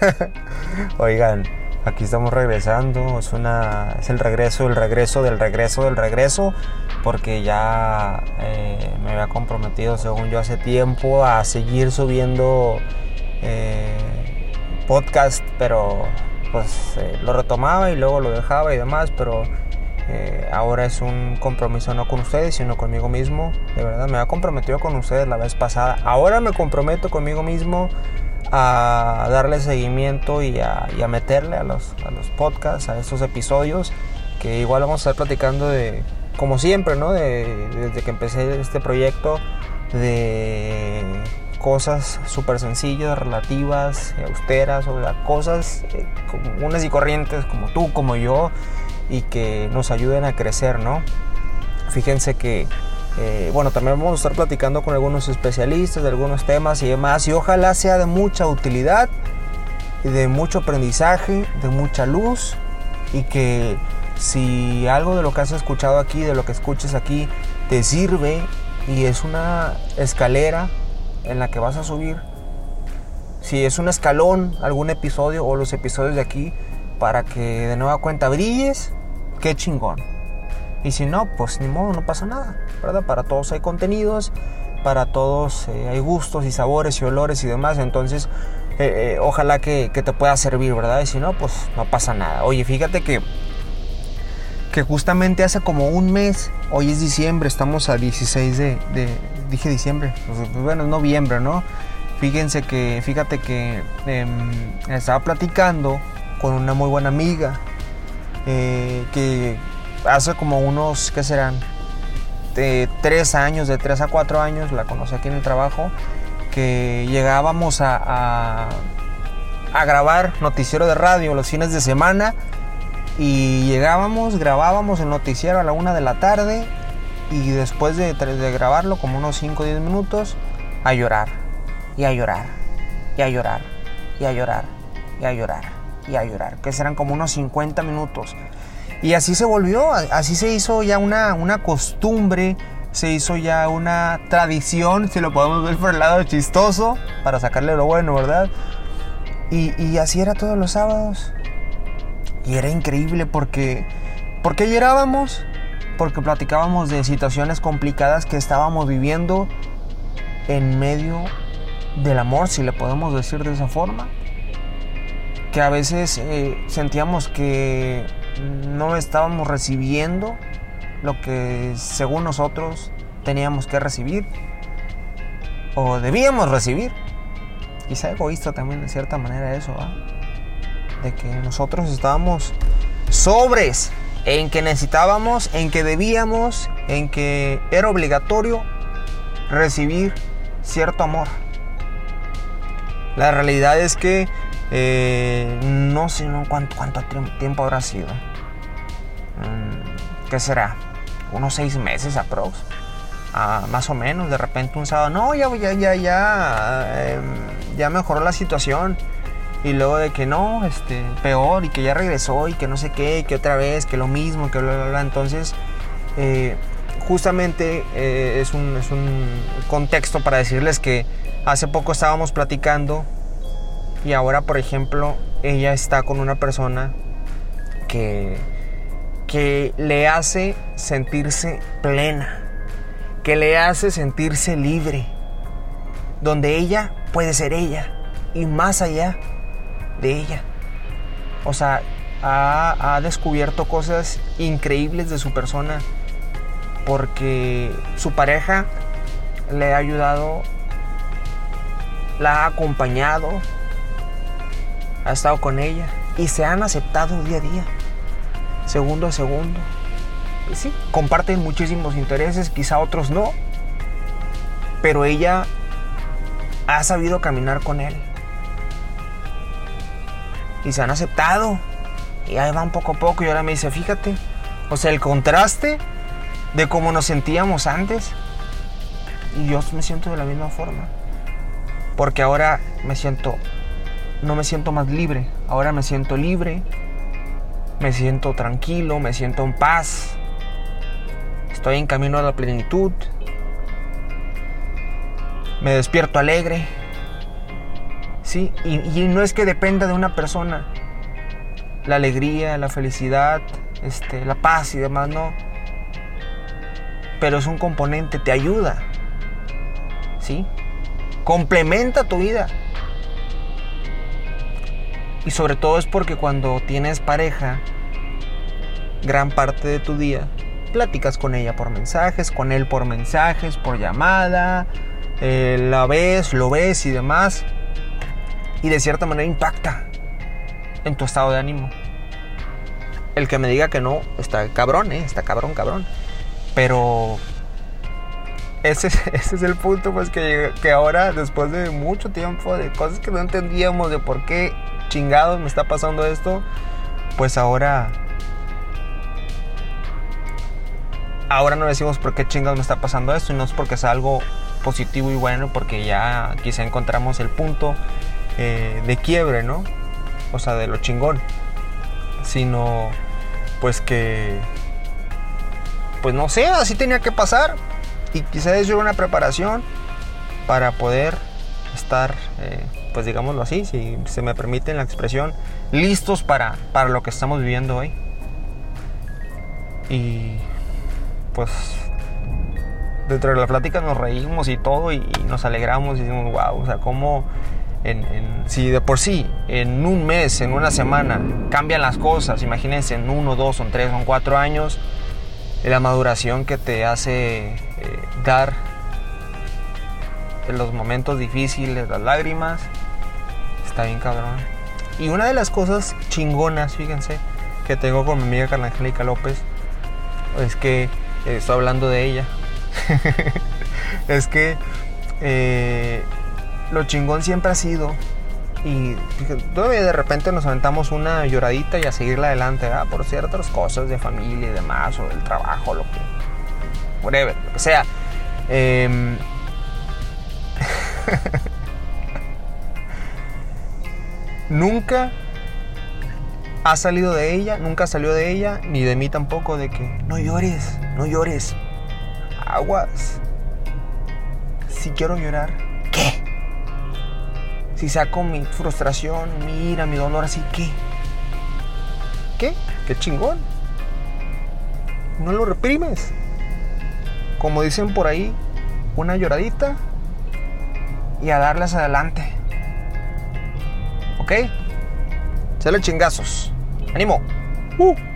Oigan, aquí estamos regresando. Es el regreso, del regreso. Porque ya me había comprometido, según yo, hace tiempo a seguir subiendo podcast. Pero pues lo retomaba y luego lo dejaba y demás. Pero ahora es un compromiso no con ustedes, sino conmigo mismo. De verdad, me había comprometido con ustedes la vez pasada. Ahora me comprometo conmigo mismo a darle seguimiento y a meterle a los podcasts, a estos episodios, que igual vamos a estar platicando de, como siempre, ¿no? Desde que empecé este proyecto, de cosas súper sencillas, relativas, austeras, sobre las cosas comunes y corrientes, como tú, como yo, y que nos ayuden a crecer, ¿no? Fíjense que también vamos a estar platicando con algunos especialistas de algunos temas y demás, y ojalá sea de mucha utilidad, de mucho aprendizaje, de mucha luz, y que si algo de lo que has escuchado aquí, de lo que escuches aquí, te sirve y es una escalera en la que vas a subir, si es un escalón, algún episodio o los episodios de aquí, para que de nueva cuenta brilles, qué chingón. Y si no, pues ni modo, no pasa nada, ¿verdad? Para todos hay contenidos, para todos hay gustos y sabores y olores y demás. Entonces, ojalá que te pueda servir, ¿verdad? Y si no, pues no pasa nada. Oye, fíjate que justamente hace como un mes, hoy es diciembre, estamos a 16 dije diciembre, pues bueno, es noviembre, ¿no? Fíjate que estaba platicando con una muy buena amiga, que hace como unos, ¿qué serán? De 3 años, de 3 a 4 años, la conocí aquí en el trabajo, que llegábamos a grabar noticiero de radio los fines de semana, y grabábamos el noticiero a la 1 de la tarde, y después de grabarlo como unos 5 o 10 minutos, a llorar, y a llorar, y a llorar, y a llorar, y a llorar, y a llorar, que serán como unos 50 minutos. Y así se volvió, así se hizo ya una costumbre, se hizo ya una tradición, si lo podemos ver por el lado chistoso, para sacarle lo bueno, ¿verdad? Y así era todos los sábados. Y era increíble porque llorábamos, porque platicábamos de situaciones complicadas que estábamos viviendo en medio del amor, si le podemos decir de esa forma. Que a veces sentíamos que no estábamos recibiendo lo que según nosotros teníamos que recibir o debíamos recibir. Quizá egoísta también de cierta manera eso, ¿eh? De que nosotros estábamos sobres en que necesitábamos, en que debíamos, en que era obligatorio recibir cierto amor. La realidad es que no sé cuánto tiempo habrá sido. ¿Qué será? Unos 6 meses aprox. Más o menos. De repente un sábado, no, ya mejoró la situación. Y luego de que no, peor, y que ya regresó, y que no sé qué, y que otra vez, que lo mismo, que bla, bla, bla. Entonces, justamente es un contexto para decirles que hace poco estábamos platicando. Y ahora, por ejemplo, ella está con una persona que le hace sentirse plena, que le hace sentirse libre, donde ella puede ser ella y más allá de ella. O sea, ha descubierto cosas increíbles de su persona, porque su pareja le ha ayudado, la ha acompañado, ha estado con ella y se han aceptado día a día, segundo a segundo. Y sí, comparten muchísimos intereses, quizá otros no, pero ella ha sabido caminar con él y se han aceptado, y ahí van poco a poco. Y ahora me dice, fíjate, o sea, el contraste de cómo nos sentíamos antes, y yo me siento de la misma forma, porque ahora no me siento más libre, ahora me siento libre, me siento tranquilo, me siento en paz, estoy en camino a la plenitud, me despierto alegre, ¿sí? Y no es que dependa de una persona. La alegría, la felicidad, la paz y demás, no. Pero es un componente, te ayuda, ¿sí? Complementa tu vida. Y sobre todo es porque cuando tienes pareja, gran parte de tu día platicas con ella por mensajes, con él por mensajes, por llamada, la ves, lo ves y demás. Y de cierta manera impacta en tu estado de ánimo. El que me diga que no, está cabrón, está cabrón. Pero ese es el punto, pues que ahora, después de mucho tiempo, de cosas que no entendíamos, de por qué chingados me está pasando esto, pues ahora no decimos por qué chingados me está pasando esto, y no es porque sea algo positivo y bueno, porque ya quizá encontramos el punto de quiebre, ¿no? O sea, de lo chingón, sino pues que, pues no sé, así tenía que pasar, y quizá eso era una preparación para poder estar, pues digámoslo así, si se me permite la expresión, listos para lo que estamos viviendo hoy. Y pues dentro de la plática nos reímos y todo, y nos alegramos y decimos, wow, o sea, cómo si de por sí en un mes, en una semana cambian las cosas, imagínense en 1, 2, 3, 4 años, la maduración que te hace dar en los momentos difíciles, las lágrimas, está bien cabrón. Y una de las cosas chingonas, fíjense, que tengo con mi amiga Carla Angélica López, es que estoy hablando de ella. Es que lo chingón siempre ha sido, y todavía de repente nos aventamos una lloradita y a seguirla adelante, ¿verdad? Por ciertas cosas de familia y demás, o del trabajo, lo que whatever, lo que sea. Nunca ha salido de ella, nunca salió de ella, ni de mí tampoco, de que no llores, aguas. Si quiero llorar, ¿qué? Si saco mi frustración, mi ira, mi dolor así, ¿qué? ¿Qué chingón? No lo reprimes. Como dicen por ahí, una lloradita y a darles adelante. ¿Ok? Sale chingazos. ¡Ánimo!